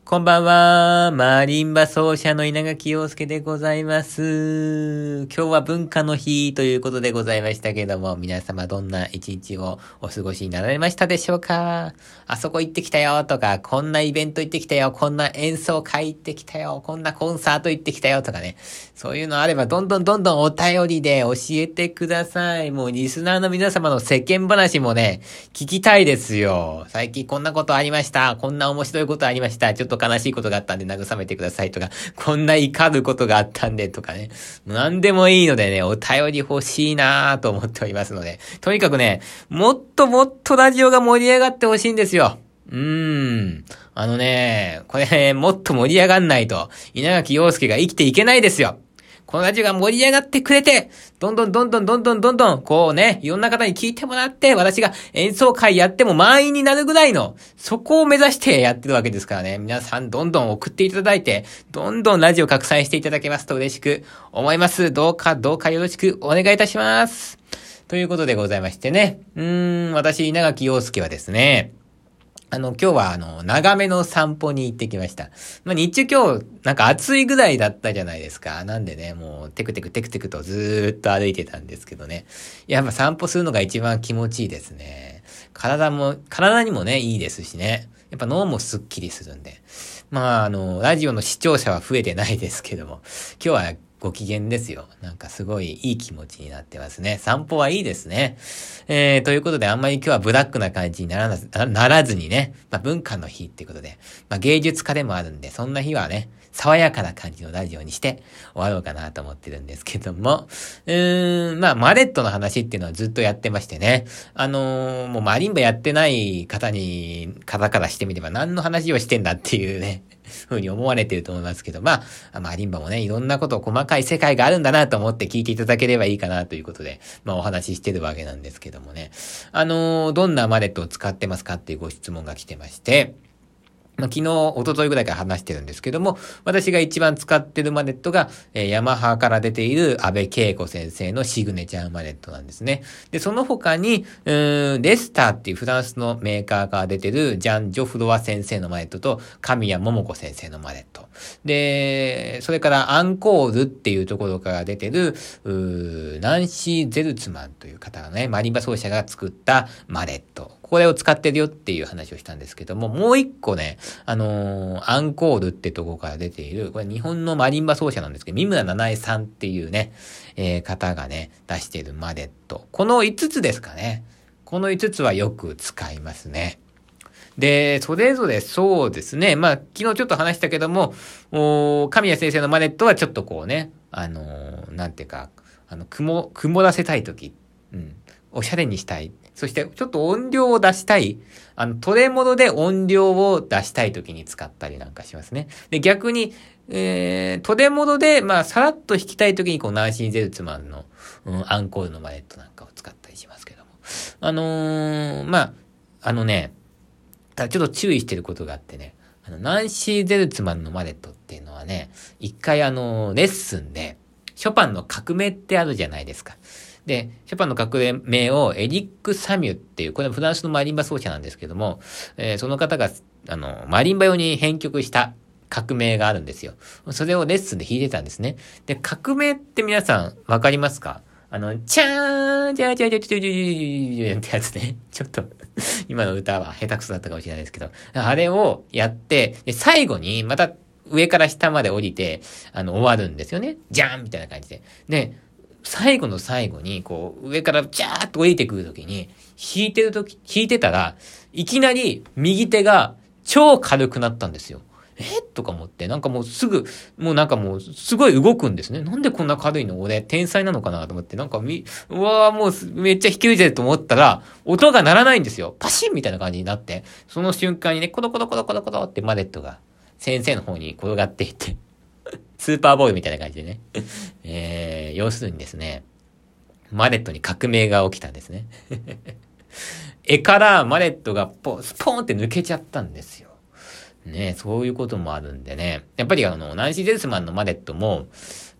こんばんは。マリンバ奏者の稲垣陽介でございます。今日は文化の日ということでございましたけども、皆様どんな一日をお過ごしになられましたでしょうか？あそこ行ってきたよとか、こんなイベント行ってきたよ、こんな演奏会行ってきたよ、こんなコンサート行ってきたよとかね。そういうのあればどんどんお便りで教えてください。もうリスナーの皆様の世間話もね、聞きたいですよ。最近こんなことありました。こんな面白いことありました。ちょっと悲しいことがあったんで慰めてくださいとか、こんな怒ることがあったんでとかね。何でもいいのでね、お便り欲しいなぁと思っておりますので。とにかくね、もっとラジオが盛り上がってほしいんですよ。これ、もっと盛り上がんないと、稲垣陽介が生きていけないですよ。このラジオが盛り上がってくれて、どんどん、こうね、いろんな方に聞いてもらって、私が演奏会やっても満員になるぐらいの、そこを目指してやってるわけですからね。皆さんどんどん送っていただいて、どんどんラジオ拡散していただけますと嬉しく思います。どうかよろしくお願いいたします。ということでございましてね。私、稲垣陽介はですね、今日は長めの散歩に行ってきました。日中今日、なんか暑いぐらいだったじゃないですか。なんでね、もうテクテクとずーっと歩いてたんですけどね。やっぱ散歩するのが一番気持ちいいですね。体にもね、いいですしね。やっぱ脳もスッキリするんで。ラジオの視聴者は増えてないですけども、今日はご機嫌ですよ。なんかすごいいい気持ちになってますね。散歩はいいですね。ということであんまり今日はブラックな感じにならずにね、文化の日ってことで、芸術家でもあるんで、そんな日はね、爽やかな感じのラジオにして終わろうかなと思ってるんですけども、マレットの話っていうのはずっとやってましてね、もうマリンバやってない方からしてみれば何の話をしてんだっていうね、ふうに思われてると思いますけど、マリンバもね、いろんなこと細かい世界があるんだなと思って聞いていただければいいかなということで、お話ししてるわけなんですけどもね。どんなマレットを使ってますかっていうご質問が来てまして、昨日、一昨日ぐらいから話してるんですけども、私が一番使ってるマネットが、ヤマハから出ている安倍恵子先生のシグネチャーマネットなんですね。で、その他に、レスターっていうフランスのメーカーから出てるジャン・ジョフロワ先生のマネットと、神谷桃子先生のマネット。で、それからアンコールっていうところから出てる、ナンシー・ゼルツマンという方がね、マリンバ奏者が作ったマネット。これを使ってるよっていう話をしたんですけども、もう一個ね、アンコールってとこから出ている、これ日本のマリンバ奏者なんですけど、三村七重さんっていうね、方がね、出しているマレット。この5つですかね。この5つはよく使いますね。で、それぞれそうですね。昨日ちょっと話したけども、神谷先生のマレットはちょっとこうね、なんていうか、曇らせたいとき、おしゃれにしたい。そして、ちょっと音量を出したい。トレモロで音量を出したいときに使ったりなんかしますね。で、逆に、トレモロで、さらっと弾きたいときに、ナンシー・ゼルツマンの、アンコールのマレットなんかを使ったりしますけども。ちょっと注意してることがあってね。ナンシー・ゼルツマンのマレットっていうのはね、一回レッスンで、ショパンの革命ってあるじゃないですか。で、ショパンの革命をエリック・サミュっていう、これはフランスのマリンバ奏者なんですけども、その方が、マリンバ用に編曲した革命があるんですよ。それをレッスンで弾いてたんですね。で、革命って皆さんわかりますか？チャーン、ジャージャージャージャージャージャーってやつね。ちょっと今の歌は下手くそだったかもしれないですけど、あれをやって、で最後にまた上から下まで降りて、終わるんですよね。ジャーンみたいな感じで。で、最後の最後に、上からジャーッと降りてくるときに、弾いてたら、いきなり右手が超軽くなったんですよ。とか思って、もうすごい動くんですね。なんでこんな軽いの？俺、天才なのかなと思って、もうめっちゃ弾き受けてると思ったら、音が鳴らないんですよ。パシンみたいな感じになって、その瞬間にね、コロコロってマレットが先生の方に転がっていって、スーパーボーイみたいな感じでね。要するにですね、マレットに革命が起きたんですね。絵からマレットがスポーンって抜けちゃったんですよ。ね、そういうこともあるんでね。やっぱりナンシー・ゼルスマンのマレットも、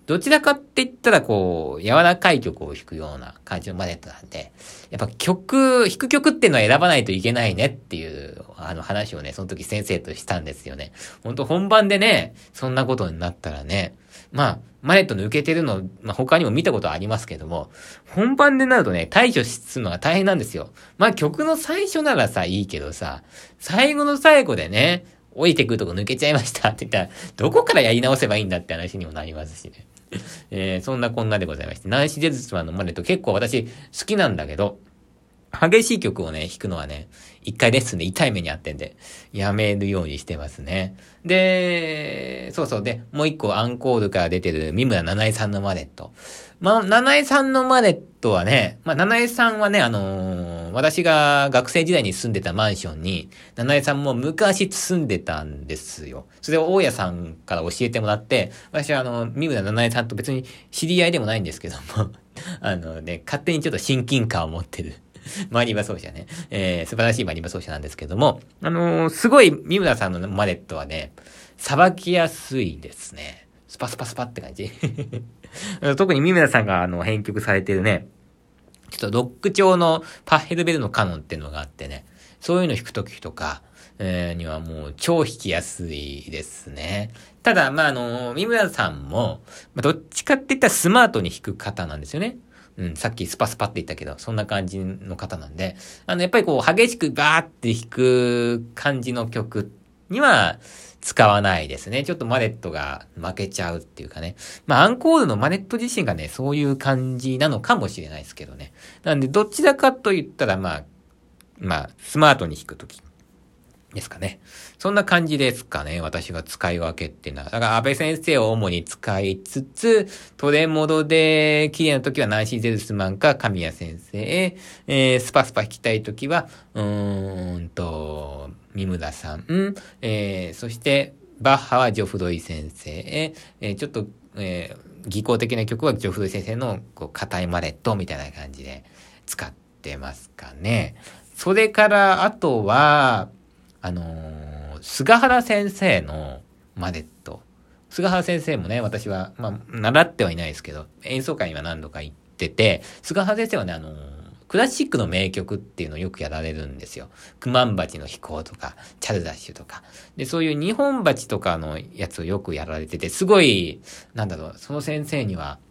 どちらかって言ったらこう、柔らかい曲を弾くような感じのマネットなんで、やっぱ弾く曲っていうのは選ばないといけないねっていう、話をね、その時先生としたんですよね。本当本番でね、そんなことになったらね、マネット抜けてるの、他にも見たことありますけども、本番でなるとね、対処するのが大変なんですよ。曲の最初ならさ、いいけどさ、最後の最後でね、降りてくるとこ抜けちゃいましたって言ったら、どこからやり直せばいいんだって話にもなりますしね。そんなこんなでございまして、ナンシー・ゼルツマンのマネット結構私好きなんだけど、激しい曲をね、弾くのはね、一回レッスンで痛い目にあってんで、やめるようにしてますね。で、で、もう一個アンコールから出てる三村七重さんのマネット。七重さんのマネットはね、七重さんはね、私が学生時代に住んでたマンションに、七重さんも昔住んでたんですよ。それを大家さんから教えてもらって、私は三村七重さんと別に知り合いでもないんですけども、勝手にちょっと親近感を持ってる。マリンバ奏者ね。素晴らしいマリンバ奏者なんですけども、すごい三村さんのマネットはね、さばきやすいですね。スパスパスパって感じ。特に三村さんが編曲されてるね、ちょっとロック調のパッヘルベルのカノンっていうのがあってね、そういうの弾くときとか、にはもう超弾きやすいですね。ただ、三村さんも、どっちかって言ったらスマートに弾く方なんですよね。さっきスパスパって言ったけど、そんな感じの方なんで、やっぱりこう、激しくバーって弾く感じの曲には使わないですね。ちょっとマネットが負けちゃうっていうかね。アンコールのマネット自身がね、そういう感じなのかもしれないですけどね。なんで、どちらかと言ったら、スマートに弾くときですかね。そんな感じですかね。私が使い分けっていうのは。だから安倍先生を主に使いつつ、トレモドで綺麗な時はナンシー・ゼルスマンか神谷先生、スパスパ弾きたい時は、三村さん、そしてバッハはジョフロイ先生、ちょっと、技巧的な曲はジョフロイ先生のこう硬いマレットみたいな感じで使ってますかね。それからあとは、菅原先生のマネット。菅原先生もね、私は、習ってはいないですけど、演奏会には何度か行ってて、菅原先生はね、クラシックの名曲っていうのをよくやられるんですよ。クマンバチの飛行とか、チャルダッシュとか。で、そういう日本バチとかのやつをよくやられてて、すごい、その先生には、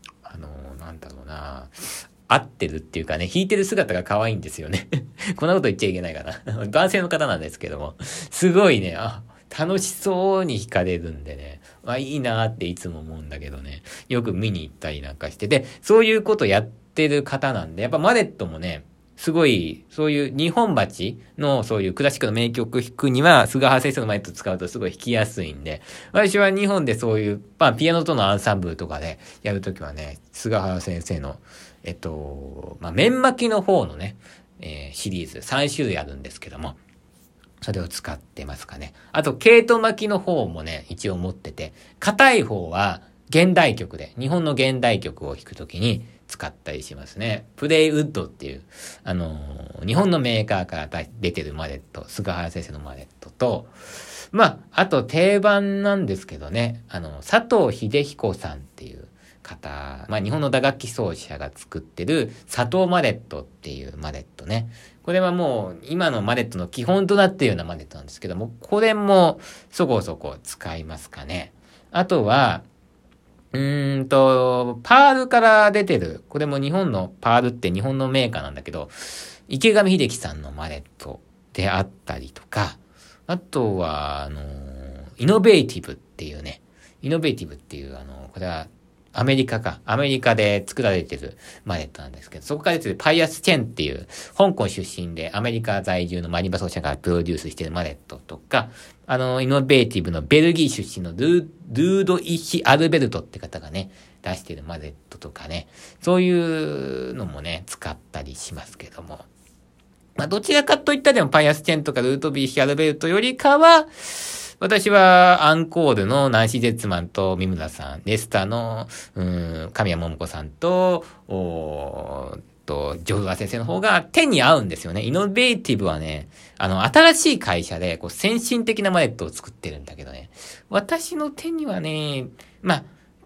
合ってるっていうかね、弾いてる姿が可愛いんですよね。こんなこと言っちゃいけないかな。男性の方なんですけども、すごいね、楽しそうに弾かれるんでね、いいなーっていつも思うんだけどね、よく見に行ったりなんかして、で、そういうことやってる方なんで、やっぱマネットもね、すごい、そういう日本鉢のそういうクラシックの名曲弾くには、菅原先生のマネット使うとすごい弾きやすいんで、私は日本でそういう、ピアノとのアンサンブルとかでやるときはね、菅原先生の面巻きの方のね、シリーズ3種類あるんですけども、それを使ってますかね。あと、毛糸巻きの方もね、一応持ってて、硬い方は現代曲で、日本の現代曲を弾くときに使ったりしますね。プレイウッドっていう、日本のメーカーから出てるマネット、菅原先生のマネットと、あと定番なんですけどね、佐藤秀彦さんっていう方、日本の打楽器奏者が作ってる佐藤マネットっていうマネットね。これはもう今のマネットの基本となっているようなマネットなんですけども、これもそこそこ使いますかね。あとは、パールから出てる、これも日本のパールって日本のメーカーなんだけど、池上秀樹さんのマネットであったりとか、あとは、イノベーティブっていうね、これはアメリカで作られてるマネットなんですけど、そこから出てるパイアス・チェンっていう、香港出身でアメリカ在住のマリンバ奏者がプロデュースしてるマネットとか、イノベーティブのベルギー出身のルード・イヒ・アルベルトって方がね、出してるマネットとかね、そういうのもね、使ったりしますけども。どちらかといったでもパイアス・チェンとかルード・イヒ・アルベルトよりかは、私はアンコールのナンシー・ゼッツマンと三村さん、レスターの、神谷桃子さんと、ジョフラ先生の方が手に合うんですよね。イノベーティブはね、新しい会社で、先進的なマネットを作ってるんだけどね。私の手にはね、ちょっと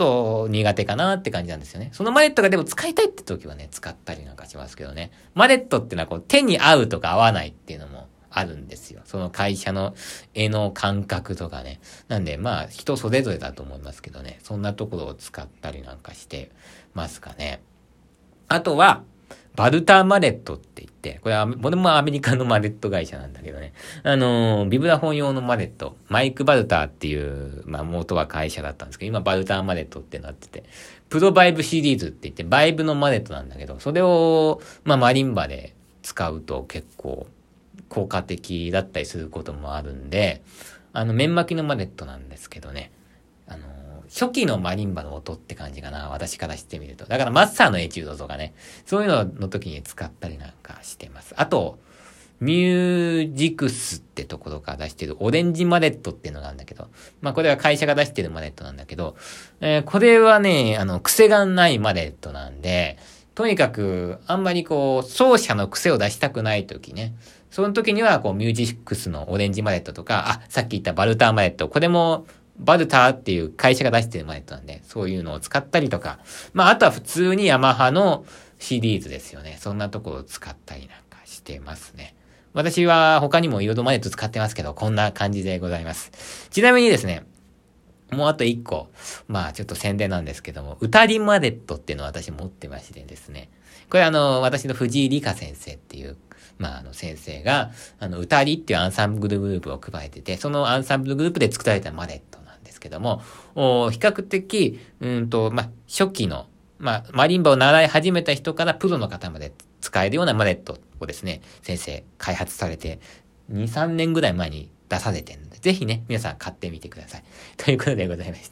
と苦手かなって感じなんですよね。そのマレットがでも使いたいって時はね、使ったりなんかしますけどね。マレットってのはこう手に合うとか合わないっていうのもあるんですよ。その会社の絵の感覚とかね。なんでまあ人それぞれだと思いますけどね。そんなところを使ったりなんかしてますかね。あとは、バルターマレットって言って、これもアメリカのマレット会社なんだけどね。ビブラフォン用のマレット、マイク・バルターっていう、まあ元は会社だったんですけど、今バルターマレットってなってて、プロバイブシリーズって言って、バイブのマレットなんだけど、それを、まあマリンバで使うと結構効果的だったりすることもあるんで、面巻きのマレットなんですけどね。初期のマリンバの音って感じかな。私からしてみると。だからマッサーのエチュードとかね。そういうのの時に使ったりなんかしてます。あと、ミュージクスってところから出してるオレンジマレットっていうのがあるんだけど。まあこれは会社が出してるマレットなんだけど、これはね、癖がないマレットなんで、とにかく、あんまりこう、奏者の癖を出したくない時ね。その時には、こう、ミュージクスのオレンジマレットとか、さっき言ったバルターマレット。これも、バルターっていう会社が出してるマネットなんで、そういうのを使ったりとか、まああとは普通にヤマハのシリーズですよね。そんなところを使ったりなんかしてますね。私は他にもいろいろマネット使ってますけど、こんな感じでございます。ちなみにですね、もうあと一個、まあちょっと宣伝なんですけども、歌りマネットっていうのを私持ってましてですね。これ私の藤井理香先生っていう、まあ先生が、歌りっていうアンサンブルグループを組まれてて、そのアンサンブルグループで作られたマネットけども、比較的、まあ、初期の、まあ、マリンバを習い始めた人からプロの方まで使えるようなマネットをですね、先生開発されて、2、3年ぐらい前に出されてるので、ぜひね、皆さん買ってみてください。ということでございまして。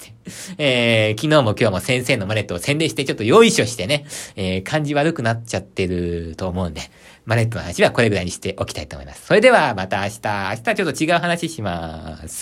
昨日も今日も先生のマネットを宣伝してちょっとよいしょしてね、感じ悪くなっちゃってると思うんで、マネットの話はこれぐらいにしておきたいと思います。それではまた明日ちょっと違う話します。